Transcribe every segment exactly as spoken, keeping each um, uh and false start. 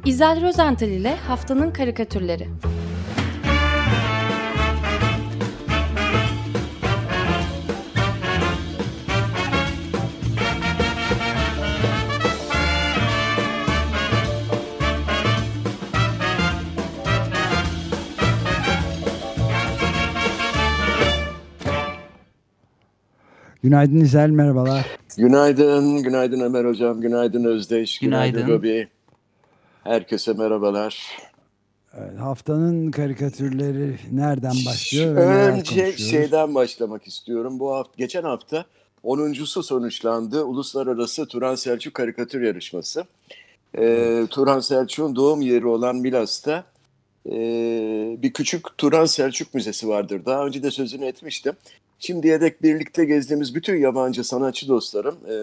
İzel Rozental ile Haftanın Karikatürleri. Günaydın İzel, merhabalar. Günaydın, günaydın Ömer Hocam, günaydın Özdeş, günaydın, günaydın Robi. Herkese merhabalar. Evet, haftanın karikatürleri nereden başlıyor? Önce şeyden başlamak istiyorum. Bu hafta, geçen hafta onuncusu sonuçlandı. Uluslararası Turan Selçuk Karikatür Yarışması. Ee, Turan Selçuk'un doğum yeri olan Milas'ta e, bir küçük Turan Selçuk Müzesi vardır. Daha önce de sözünü etmiştim. Şimdiye dek birlikte gezdiğimiz bütün yabancı sanatçı dostlarım e,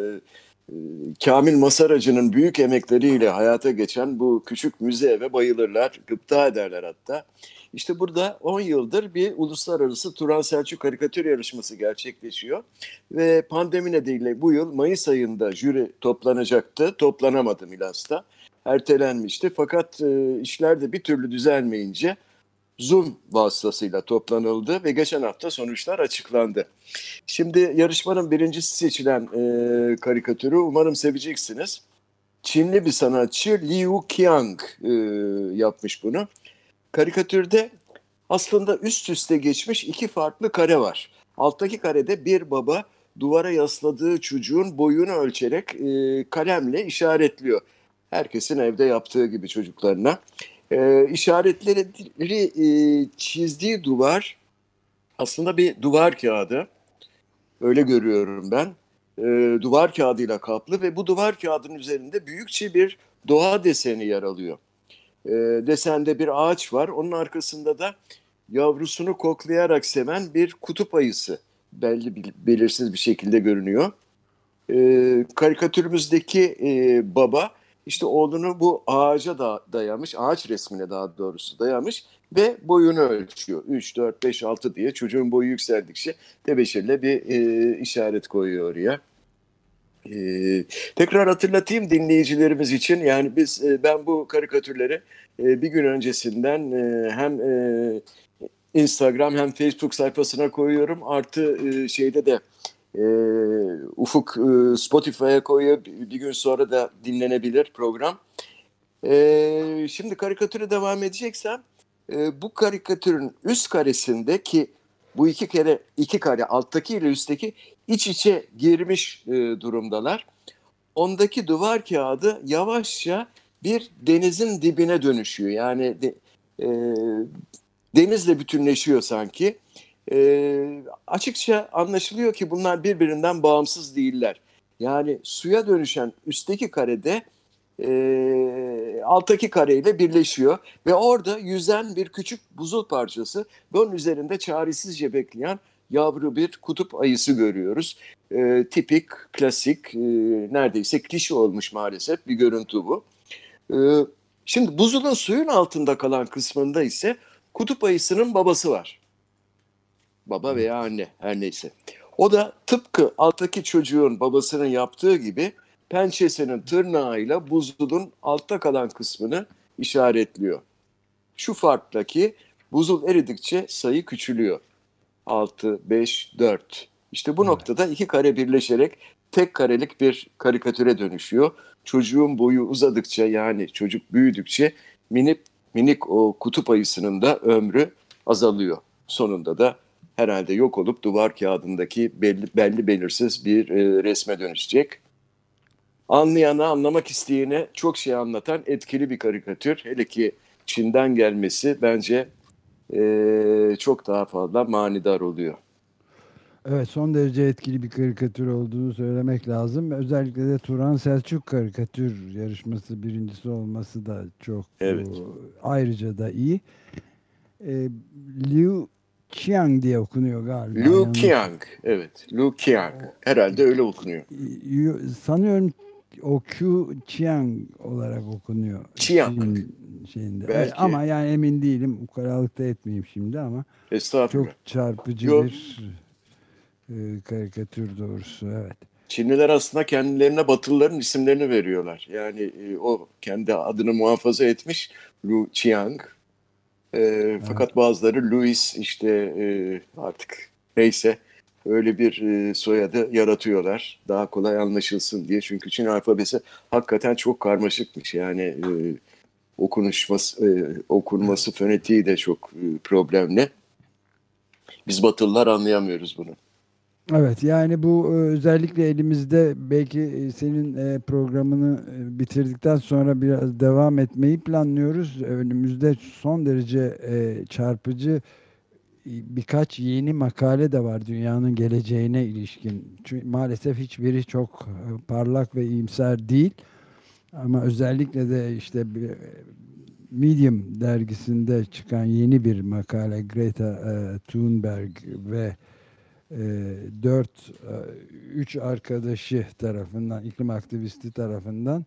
e, Kamil Masaracı'nın büyük emekleriyle hayata geçen bu küçük müzeye ve bayılırlar, gıpta ederler hatta. İşte burada on yıldır bir uluslararası Turan Selçuk karikatür yarışması gerçekleşiyor. Ve pandemi nedeniyle bu yıl Mayıs ayında jüri toplanacaktı, toplanamadı Milas'ta. Ertelenmişti fakat e, işler de bir türlü düzelmeyince Zoom vasıtasıyla toplanıldı ve geçen hafta sonuçlar açıklandı. Şimdi yarışmanın birincisi seçilen e, karikatürü umarım seveceksiniz. Çinli bir sanatçı Liu Qiang e, yapmış bunu. Karikatürde aslında üst üste geçmiş iki farklı kare var. Alttaki karede bir baba duvara yasladığı çocuğun boyunu ölçerek e, kalemle işaretliyor. Herkesin evde yaptığı gibi çocuklarına. E, işaretleri e, çizdiği duvar aslında bir duvar kağıdı. Öyle görüyorum ben. E, duvar kağıdıyla kaplı ve bu duvar kağıdının üzerinde büyükçe bir doğa deseni yer alıyor. E, desende bir ağaç var. Onun arkasında da yavrusunu koklayarak seven bir kutup ayısı belli belirsiz bir şekilde görünüyor. E, karikatürümüzdeki e, baba işte oğlunu bu ağaca da dayamış, ağaç resmine daha doğrusu dayamış ve boyunu ölçüyor. üç, dört, beş, altı diye çocuğun boyu yükseldikçe tebeşirle bir e, işaret koyuyor oraya. Ee, tekrar hatırlatayım dinleyicilerimiz için, yani biz e, ben bu karikatürleri e, bir gün öncesinden e, hem e, Instagram hem Facebook sayfasına koyuyorum, artı e, şeyde de e, Ufuk e, Spotify'a koyuyor, bir gün sonra da dinlenebilir program. E, şimdi karikatüre devam edeceksem e, bu karikatürün üst karesindeki bu iki kere iki kare alttaki ile üstteki iç içe girmiş e, durumdalar. Ondaki duvar kağıdı yavaşça bir denizin dibine dönüşüyor. Yani de, e, denizle bütünleşiyor sanki. E, açıkça anlaşılıyor ki bunlar birbirinden bağımsız değiller. Yani suya dönüşen üstteki karede e, alttaki kareyle birleşiyor ve orada yüzen bir küçük buzul parçası ve onun üzerinde çaresizce bekleyen yavru bir kutup ayısı görüyoruz. E, tipik, klasik, e, neredeyse klişe olmuş maalesef bir görüntü bu. E, şimdi buzulun suyun altında kalan kısmında ise kutup ayısının babası var. Baba veya anne, her neyse. O da tıpkı alttaki çocuğun babasının yaptığı gibi pençesinin tırnağıyla buzulun altta kalan kısmını işaretliyor. Şu farkla ki buzul eridikçe sayı küçülüyor. altı, beş, dört. İşte bu evet. noktada iki kare birleşerek tek karelik bir karikatüre dönüşüyor. Çocuğun boyu uzadıkça, yani çocuk büyüdükçe minik minik o kutup ayısının da ömrü azalıyor. Sonunda da herhalde yok olup duvar kağıdındaki belli, belli belirsiz bir e, resme dönüşecek. Anlayana, anlamak isteyene çok şey anlatan etkili bir karikatür. Hele ki Çin'den gelmesi bence e, çok daha fazla manidar oluyor. Evet, son derece etkili bir karikatür olduğunu söylemek lazım. Özellikle de Turan Selçuk karikatür yarışması birincisi olması da çok evet. o, ayrıca da iyi. E, Liu Qiang diye okunuyor galiba. Liu Qiang, evet. Liu Qiang. Herhalde öyle okunuyor. Sanıyorum o Q Qiang olarak okunuyor. Qiang. Şeyinde. Evet, ama yani emin değilim. Ukalalıkta etmeyeyim şimdi ama çok çarpıcı Yok. bir e, karikatür doğrusu. Evet. Çinliler aslında kendilerine Batılıların isimlerini veriyorlar. Yani e, o kendi adını muhafaza etmiş Lu Qiang. E, Evet. fakat bazıları Louis işte e, artık neyse öyle bir e, soyadı yaratıyorlar. Daha kolay anlaşılsın diye. Çünkü Çin alfabesi hakikaten çok karmaşıkmış. Yani e, okunuşması, e, okunması, fonetiği de çok e, problemli. Biz Batılılar anlayamıyoruz bunu. Evet, yani bu e, özellikle elimizde belki e, senin e, programını e, bitirdikten sonra biraz devam etmeyi planlıyoruz. Önümüzde son derece e, çarpıcı e, birkaç yeni makale de var dünyanın geleceğine ilişkin. Çünkü maalesef hiçbiri çok e, parlak ve iyimser değil. Ama özellikle de işte bir, e, Medium dergisinde çıkan yeni bir makale Greta e, Thunberg ve e, dört, e, üç arkadaşı tarafından, iklim aktivisti tarafından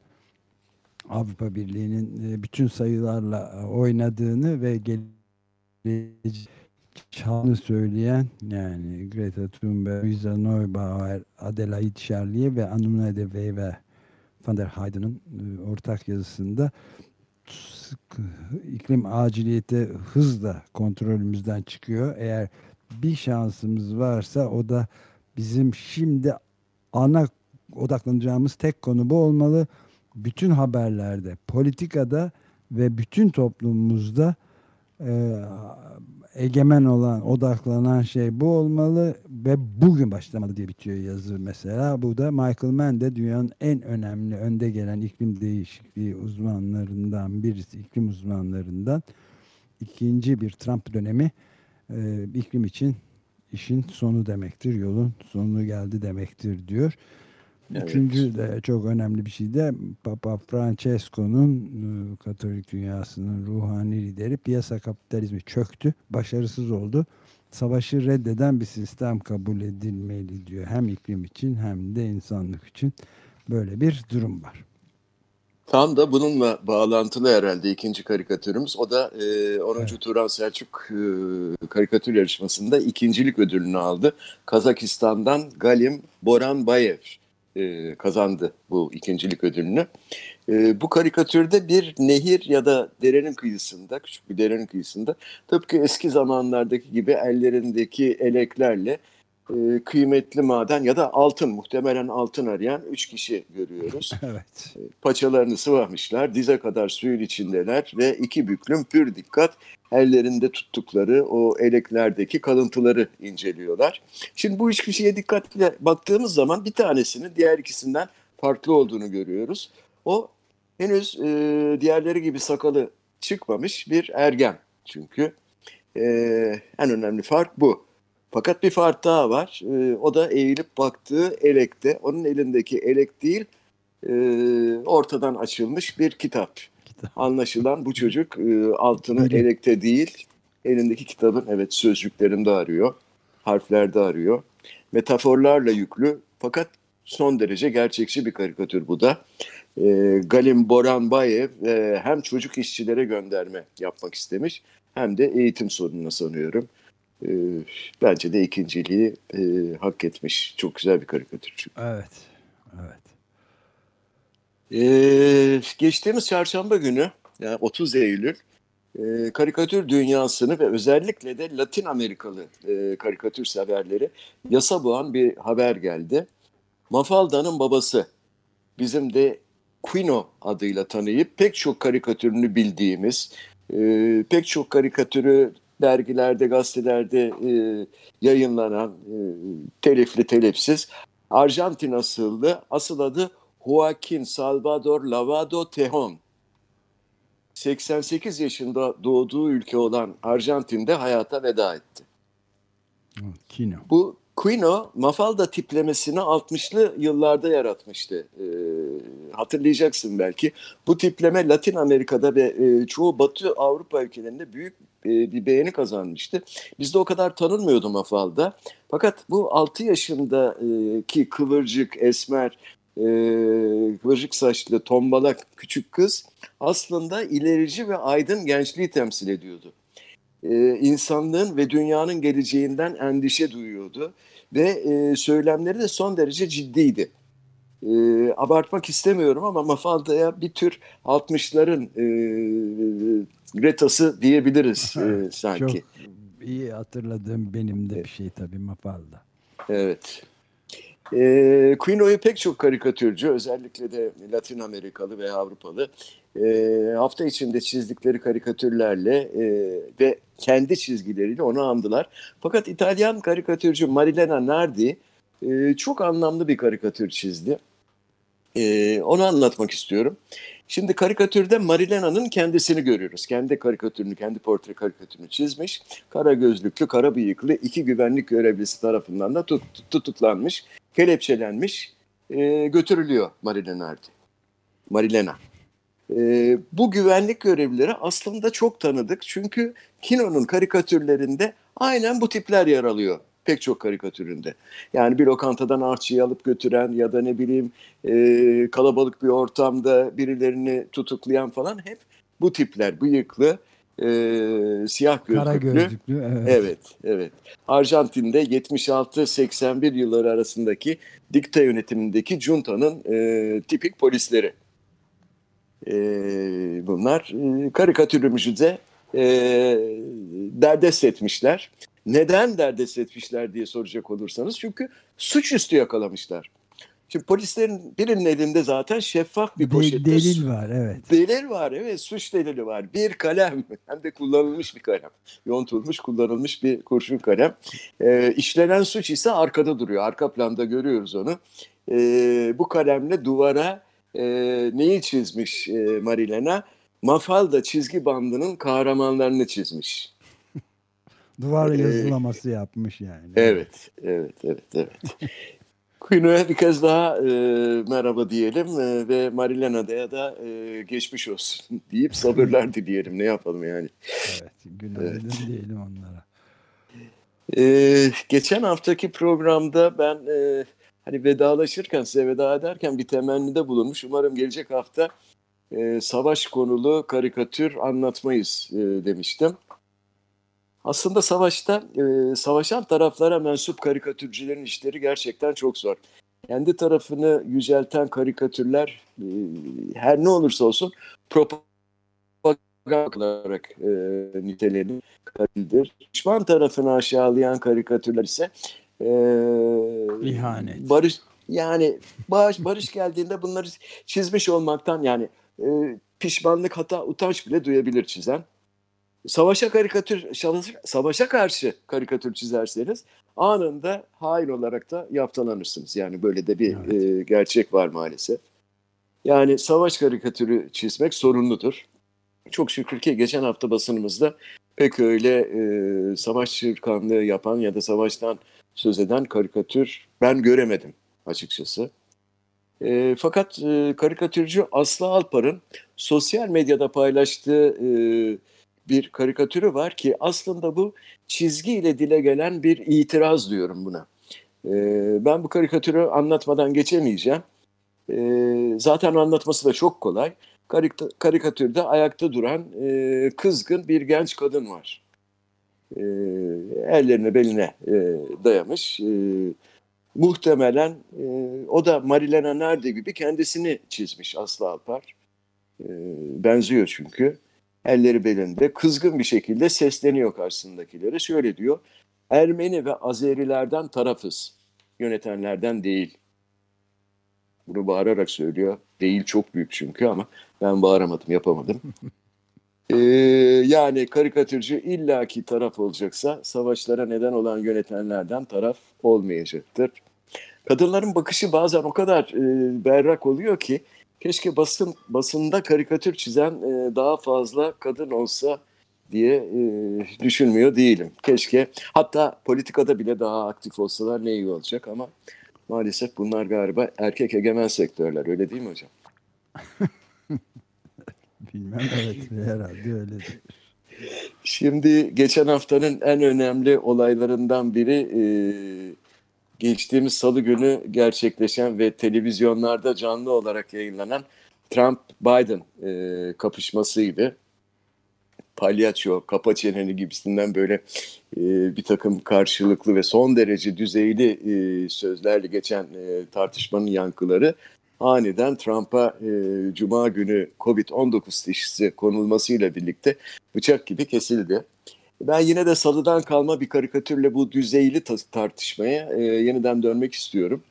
Avrupa Birliği'nin e, bütün sayılarla e, oynadığını ve geleceği çağını söyleyen, yani Greta Thunberg, Luisa Neubauer, Adelaide Charlier ve Anuna de Wever van der Heyden'ın e, ortak yazısında sık- iklim aciliyeti hızla kontrolümüzden çıkıyor. Eğer bir şansımız varsa o da bizim şimdi ana odaklanacağımız tek konu bu olmalı. Bütün haberlerde, politikada ve bütün toplumumuzda e, egemen olan, odaklanan şey bu olmalı ve bugün başlamalı diye bitiyor yazı mesela. Bu da Michael Mann de dünyanın en önemli önde gelen iklim değişikliği uzmanlarından birisi, iklim uzmanlarından. İkinci bir Trump dönemi e, iklim için işin sonu demektir, yolun sonu geldi demektir diyor. Evet. Üçüncü de çok önemli bir şey de Papa Francesco'nun e, Katolik dünyasının ruhani lideri piyasa kapitalizmi çöktü, başarısız oldu. Savaşı reddeden bir sistem kabul edilmeli diyor. Hem iklim için hem de insanlık için böyle bir durum var. Tam da bununla bağlantılı herhalde ikinci karikatürümüz. O da e, onuncu Evet. Turan Selçuk e, karikatür yarışmasında ikincilik ödülünü aldı. Kazakistan'dan Galim Boranbayev e, kazandı bu ikincilik ödülünü. E, bu karikatürde bir nehir ya da derenin kıyısında, küçük bir derenin kıyısında tıpkı eski zamanlardaki gibi ellerindeki eleklerle e, kıymetli maden ya da altın, muhtemelen altın arayan üç kişi görüyoruz. Evet. Paçalarını sıvamışlar, dize kadar suyun içindeler ve iki büklüm pür dikkat ellerinde tuttukları o eleklerdeki kalıntıları inceliyorlar. Şimdi bu üç kişiye dikkatle baktığımız zaman bir tanesinin diğer ikisinden farklı olduğunu görüyoruz. O henüz e, diğerleri gibi sakalı çıkmamış bir ergen çünkü. E, En önemli fark bu. Fakat bir fark daha var. E, o da eğilip baktığı elekte. Onun elindeki elek değil, e, ortadan açılmış bir kitap. Kitap. Anlaşılan bu çocuk e, altını Bilim. elekte değil, elindeki kitabın evet sözcüklerinde arıyor, harflerde arıyor. Metaforlarla yüklü fakat son derece gerçekçi bir karikatür bu da. E, Galim Boranbayev e, hem çocuk işçilere gönderme yapmak istemiş hem de eğitim sorununa sanıyorum. E, Bence de ikinciliği e, hak etmiş. Çok güzel bir karikatür çünkü. Evet. Evet. Ee, geçtiğimiz çarşamba günü, yani otuz Eylül, e, karikatür dünyasını ve özellikle de Latin Amerikalı e, karikatür severleri yasa boğan bir haber geldi. Mafalda'nın babası, bizim de Quino adıyla tanıyıp pek çok karikatürünü bildiğimiz, e, pek çok karikatürü dergilerde, gazetelerde e, yayınlanan, e, telifli telifsiz, Arjantin asıllı, asıl adı Joaquin Salvador Lavado Tejon. seksen sekiz yaşında doğduğu ülke olan Arjantin'de hayata veda etti. Kino. Bu Quino Mafalda tiplemesini altmışlı yıllarda yaratmıştı. Ee, hatırlayacaksın belki. Bu tipleme Latin Amerika'da ve e, çoğu Batı Avrupa ülkelerinde büyük e, bir beğeni kazanmıştı. Bizde o kadar tanınmıyordu Mafalda. Fakat bu altı yaşındaki kıvırcık, esmer, e, kıvırcık saçlı, tombalak küçük kız aslında ilerici ve aydın gençliği temsil ediyordu. Ee, insanlığın ve dünyanın geleceğinden endişe duyuyordu ve e, söylemleri de son derece ciddiydi. E, abartmak istemiyorum ama Mafalda'ya bir tür altmışların e, Greta'sı diyebiliriz e, Çok sanki. iyi hatırladığım benim de bir şey tabii Mafalda. Evet. E, Quino'yu pek çok karikatürcü, özellikle de Latin Amerikalı ve Avrupalı, e, hafta içinde çizdikleri karikatürlerle e, ve kendi çizgileriyle onu andılar. Fakat İtalyan karikatürcü Marilena Nardi e, çok anlamlı bir karikatür çizdi. E, onu anlatmak istiyorum. Şimdi karikatürde Marilena'nın kendisini görüyoruz. Kendi karikatürünü, kendi portre karikatürünü çizmiş. Kara gözlüklü, kara bıyıklı iki güvenlik görevlisi tarafından da tut, tutuklanmış, kelepçelenmiş, e, götürülüyor Marilena. Marilena. E, bu güvenlik görevlileri aslında çok tanıdık. Çünkü Kino'nun karikatürlerinde aynen bu tipler yer alıyor. Pek çok karikatüründe. Yani bir lokantadan aşçıyı alıp götüren ya da ne bileyim e, kalabalık bir ortamda birilerini tutuklayan falan hep bu tipler. Bıyıklı, e, siyah gözlüklü. Kara gözlüklü, evet. Evet, evet. Arjantin'de yetmiş altı seksen bir yılları arasındaki dikta yönetimindeki junta'nın e, tipik polisleri. E, bunlar e, karikatürümüzü de e, derdest etmişler. Neden derdest etmişler diye soracak olursanız, çünkü suçüstü yakalamışlar. Şimdi polislerin birinin elinde zaten şeffaf bir De- poşette delil var, evet. delil var, evet, suç delili var. Bir kalem, hem de kullanılmış bir kalem. Yontulmuş, kullanılmış bir kurşun kalem. E, işlenen suç ise arkada duruyor. Arka planda görüyoruz onu. E, bu kalemle duvara e, neyi çizmiş e, Marilena? Mafalda çizgi bandının kahramanlarını çizmiş. Duvar E, yazılaması yapmış yani. evet, evet, evet, evet. Quino'ya bir kez daha e, merhaba diyelim e, ve Marilena'ya da e, geçmiş olsun deyip sabırlar dileyelim. Ne yapalım yani. Evet, günaydın evet. diyelim onlara. E, geçen haftaki programda ben e, hani vedalaşırken, size veda ederken bir temennide bulunmuş. Umarım gelecek hafta e, savaş konulu karikatür anlatmayız e, demiştim. Aslında savaşta e, savaşan taraflara mensup karikatürcülerin işleri gerçekten çok zor. Kendi tarafını yücelten karikatürler e, her ne olursa olsun propaganda olarak e, nitelenir. Düşman tarafını aşağılayan karikatürler ise e, İhanet. Barış, yani barış, barış geldiğinde bunları çizmiş olmaktan, yani e, pişmanlık, hatta utanç bile duyabilir çizen. Savaşa karikatür, savaşa karşı karikatür çizerseniz anında hain olarak da yaftalanırsınız. Yani böyle de bir evet. e, gerçek var maalesef. Yani savaş karikatürü çizmek sorunludur. Çok şükür ki geçen hafta basınımızda pek öyle e, savaş çırkanlığı yapan ya da savaştan söz eden karikatür ben göremedim açıkçası. E, fakat e, karikatürcü Aslı Alpar'ın sosyal medyada paylaştığı e, bir karikatürü var ki aslında bu çizgiyle dile gelen bir itiraz diyorum buna. Ee, ben bu karikatürü anlatmadan geçemeyeceğim. Ee, zaten anlatması da çok kolay. Karik- karikatürde ayakta duran e, kızgın bir genç kadın var. Ee, ellerini beline e, dayamış. E, muhtemelen e, o da Marilena Nardi gibi kendisini çizmiş Aslı Alpar. E, benziyor çünkü. Elleri belinde, kızgın bir şekilde sesleniyor karşısındakilere. Şöyle diyor: Ermeni ve Azerilerden tarafız, yönetenlerden değil. Bunu bağırarak söylüyor. Değil çok büyük çünkü, ama ben bağıramadım, yapamadım. Ee, yani karikatürcü illaki taraf olacaksa savaşlara neden olan yönetenlerden taraf olmayacaktır. Kadınların bakışı bazen o kadar e, berrak oluyor ki keşke basın basında karikatür çizen e, daha fazla kadın olsa diye e, düşünmüyor değilim. Keşke, hatta politikada bile daha aktif olsalar ne iyi olacak, ama maalesef bunlar galiba erkek egemen sektörler, öyle değil mi hocam? Bilmem, evet, herhalde öyledir. Şimdi geçen haftanın en önemli olaylarından biri e, geçtiğimiz salı günü gerçekleşen ve televizyonlarda canlı olarak yayınlanan Trump-Biden e, kapışmasıydı. palyaço, kapa çeneni gibisinden böyle e, bir takım karşılıklı ve son derece düzeyli e, sözlerle geçen e, tartışmanın yankıları aniden Trump'a e, Cuma günü kovid on dokuz teşhisi konulmasıyla birlikte bıçak gibi kesildi. Ben yine de Salı'dan kalma bir karikatürle bu düzeyli tartışmaya e, yeniden dönmek istiyorum.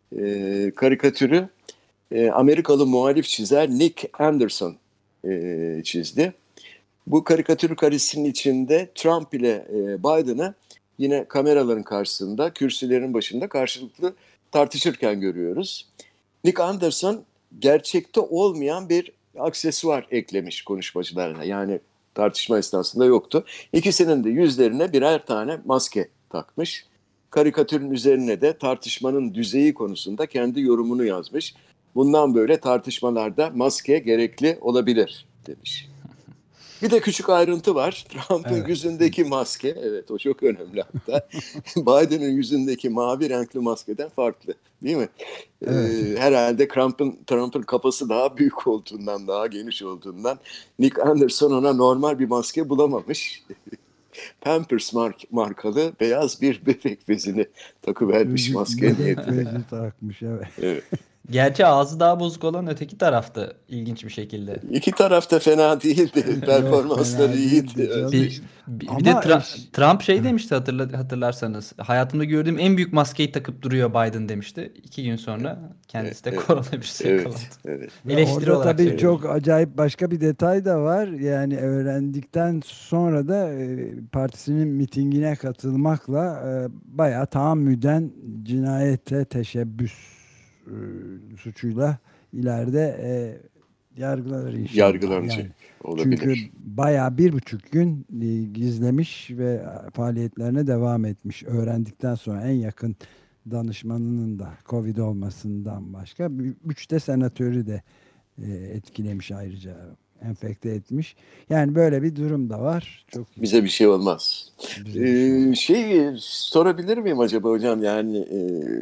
E, karikatürü e, Amerikalı muhalif çizer Nick Anderson e, çizdi. Bu karikatür karesinin içinde Trump ile e, Biden'ı yine kameraların karşısında, kürsülerin başında karşılıklı tartışırken görüyoruz. Nick Anderson gerçekte olmayan bir aksesuar eklemiş konuşmacılarına. Yani tartışma esnasında yoktu. İkisinin de yüzlerine birer tane maske takmış. Karikatürün üzerine de tartışmanın düzeyi konusunda kendi yorumunu yazmış. Bundan böyle tartışmalarda maske gerekli olabilir demiş. Bir de küçük ayrıntı var. Trump'ın evet. yüzündeki maske, evet o çok önemli hatta. Biden'ın yüzündeki mavi renkli maskeden farklı, değil mi? Evet. Ee, herhalde Trump'ın Trump'ın kafası daha büyük olduğundan, daha geniş olduğundan Nick Anderson ona normal bir maske bulamamış. Pampers mark, markalı beyaz bir bebek bezini takıvermiş maske niyetine. takmış evet. Evet. Gerçi ağzı daha bozuk olan öteki tarafta ilginç bir şekilde. İki tarafta fena değildi. Performansları fena iyiydi. değildi Bir, bir, bir de Tra- Trump şey demişti hatırla, hatırlarsanız. Hayatımda gördüğüm en büyük maskeyi takıp duruyor Biden demişti. İki gün sonra kendisi de evet, koronavirüse evet, yakalandı. Evet. Eleştiri orada olarak tabii söylüyorum. çok acayip başka bir detay da var. Yani öğrendikten sonra da e, partisinin mitingine katılmakla e, bayağı tahammüden cinayete teşebbüs e, suçuyla ileride e, yargılanır inşallah. Yargılanacak yani, olabilir. Çünkü bayağı bir buçuk gün e, gizlemiş ve faaliyetlerine devam etmiş. Öğrendikten sonra en yakın danışmanının da Covid olmasından başka üç de senatörü de e, etkilemiş, ayrıca enfekte etmiş. Yani böyle bir durum da var. Çok bize bir şey olmaz. Bize Ee, bir şey, şey sorabilir miyim acaba hocam? Yani e,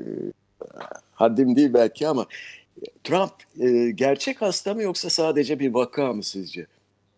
haddim değil belki ama Trump e, gerçek hasta mı yoksa sadece bir vaka mı sizce?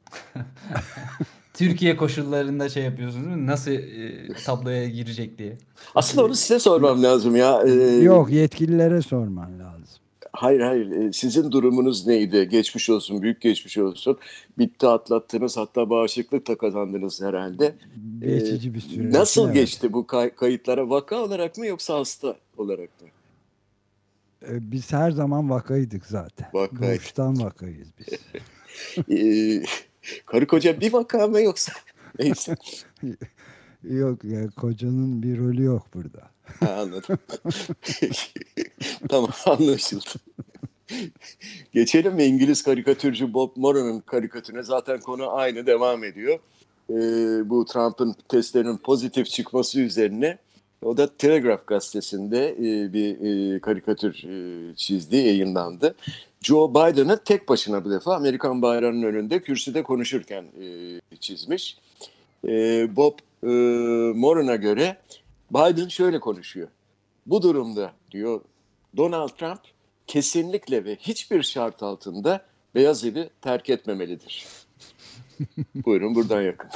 Türkiye koşullarında şey yapıyorsunuz değil mi? Nasıl e, tabloya girecek diye. Aslında onu size sormam lazım ya. Ee, Yok, yetkililere sorman lazım. Hayır hayır. Sizin durumunuz neydi? Geçmiş olsun, büyük geçmiş olsun. Bitti, atlattınız, hatta bağışıklık da kazandınız herhalde. Geçici bir süre. Nasıl evet. geçti bu kay- kayıtlara? Vaka olarak mı yoksa hasta olarak mı? Biz her zaman vakaydık zaten. Vakaydı. Doğuştan vakayız biz. ee, karı koca bir vaka mı yoksa? Neyse. Yok ya, kocanın bir rolü yok burada. Ha, anladım. Tamam, anlaşıldı. Geçelim mi İngiliz karikatürcü Bob Moran'ın karikatürüne? Zaten konu aynı devam ediyor. Ee, bu Trump'ın testlerinin pozitif çıkması üzerine o da Telegraph gazetesinde e, bir e, karikatür e, çizdi, yayınlandı. Joe Biden'ı tek başına bu defa Amerikan bayrağının önünde kürsüde konuşurken e, çizmiş. E, Bob e, Moran'a göre Biden şöyle konuşuyor. Bu durumda diyor Donald Trump kesinlikle ve hiçbir şart altında Beyaz Evi terk etmemelidir. Buyurun buradan yakın.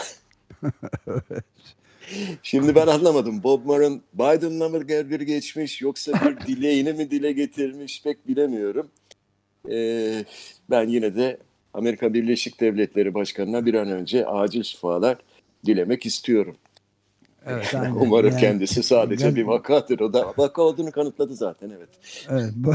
Şimdi ben anlamadım. Bob Moran Biden'la mı bir geçmiş yoksa bir dileğini mi dile getirmiş pek bilemiyorum. Ee, ben yine de Amerika Birleşik Devletleri Başkanı'na bir an önce acil şifalar dilemek istiyorum. Evet, aynen. Umarım yani, kendisi sadece yani, bir vakadır. O da vaka olduğunu kanıtladı zaten, evet. Evet. Bu,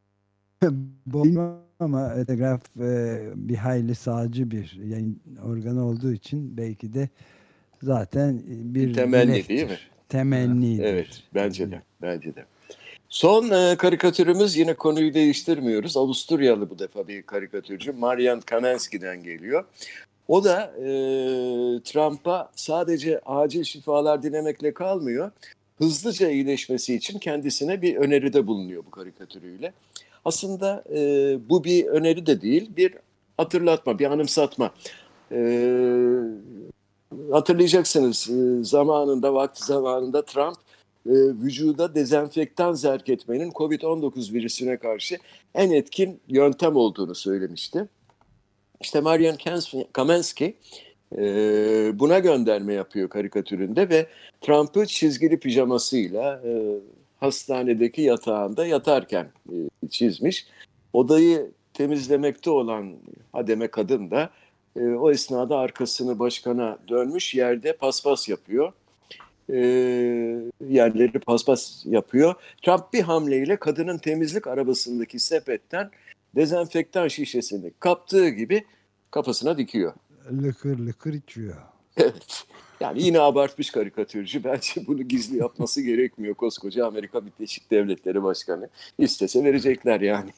bu ama Telegraf e, bir hayli sağcı bir yayın organı olduğu için belki de zaten bir temenni dilektir. değil mi? Temennidir. Evet, bence de. Bence de. Son e, karikatürümüz, yine konuyu değiştirmiyoruz. Avusturyalı bu defa bir karikatürcü. Marian Kaminski'den geliyor. O da e, Trump'a sadece acil şifalar dilemekle kalmıyor. Hızlıca iyileşmesi için kendisine bir öneride bulunuyor bu karikatürüyle. Aslında e, bu bir öneri de değil, bir hatırlatma, bir anımsatma. E, hatırlayacaksınız e, zamanında, vakti zamanında Trump e, vücuda dezenfektan zerk etmenin kovid on dokuz virüsüne karşı en etkin yöntem olduğunu söylemişti. İşte Marian Kaminski E, buna gönderme yapıyor karikatüründe ve Trump'ı çizgili pijamasıyla e, hastanedeki yatağında yatarken e, çizmiş. Odayı temizlemekte olan hademe kadın da e, o esnada arkasını başkana dönmüş, yerde paspas yapıyor. E, yerleri paspas yapıyor. Trump bir hamleyle kadının temizlik arabasındaki sepetten dezenfektan şişesini kaptığı gibi kafasına dikiyor. Lıkır lıkır içiyor. Evet. Yani yine abartmış karikatürcü. Bence bunu gizli yapması gerekmiyor. Koskoca Amerika Birleşik Devletleri Başkanı. İstese verecekler yani.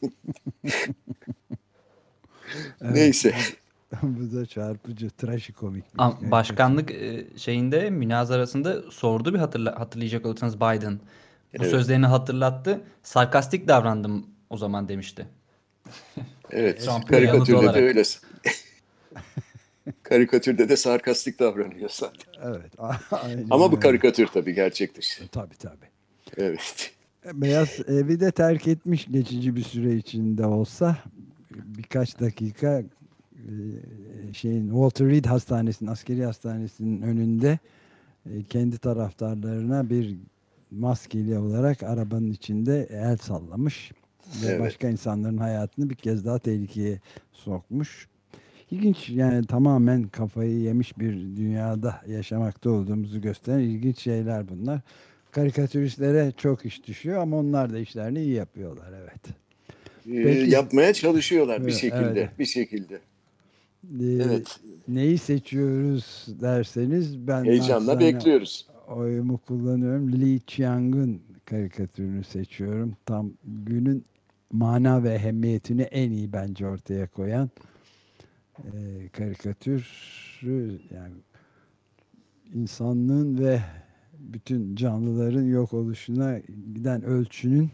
Neyse. Bu da çarpıcı, trajikomik. Am- Başkanlık e, şeyinde münazarasında sordu bir hatırla, hatırlayacak olursanız Biden. Bu Evet. sözlerini hatırlattı. Sarkastik davrandım o zaman demişti. Evet. Trump'ın yanıtı Karikatürde olarak. de öyle. Karikatürde de sarkastik davranıyor zaten. Evet. Aynen Ama bu öyle. karikatür tabii, gerçek dışı. Tabii tabii. Evet. Beyaz Evi de terk etmiş geçici bir süre içinde olsa, birkaç dakika e, şeyin Walter Reed Hastanesi'nin, askeri hastanesinin önünde e, kendi taraftarlarına bir maskeli olarak arabanın içinde el sallamış ve Evet. başka insanların hayatını bir kez daha tehlikeye sokmuş. İlginç, yani tamamen kafayı yemiş bir dünyada yaşamakta olduğumuzu gösteren ilginç şeyler bunlar. Karikatüristlere çok iş düşüyor ama onlar da işlerini iyi yapıyorlar, evet. Ee, Peki. yapmaya çalışıyorlar bir Evet, şekilde. evet. Bir şekilde. Ee, Evet. Neyi seçiyoruz derseniz, ben Heyecanla naçizane bekliyoruz. oyumu kullanıyorum. Li Chiang'ın karikatürünü seçiyorum. Tam günün mana ve ehemmiyetini en iyi bence ortaya koyan e, karikatür. Yani insanlığın ve bütün canlıların yok oluşuna giden ölçünün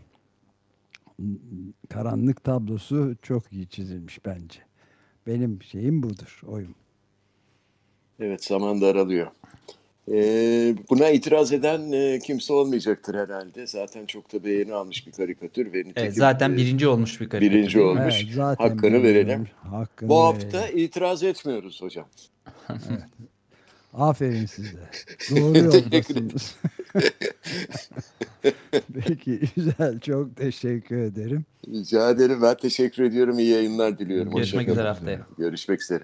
karanlık tablosu çok iyi çizilmiş bence. Benim şeyim budur, oyum. Evet, zaman daralıyor. Ee, buna itiraz eden e, kimse olmayacaktır herhalde. Zaten çok da beğeni almış bir karikatür. Ve nitekim, Evet, zaten e, birinci olmuş bir karikatür. birinci değil mi? olmuş. Evet, zaten Hakkını birinci verelim. olmuş. Hakkını Bu hafta verelim. itiraz etmiyoruz hocam. Evet. Aferin size. Doğru Teşekkür yoldasınız. Peki, güzel. Çok teşekkür ederim. Rica ederim. Ben teşekkür ediyorum. İyi yayınlar diliyorum. Görüşmek Hoşça üzere kalın. haftaya. Görüşmek üzere.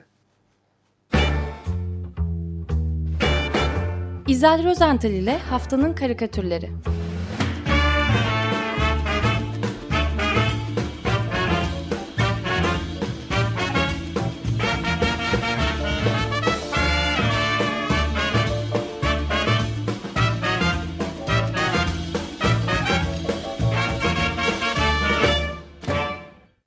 İzel Rozental ile Haftanın Karikatürleri.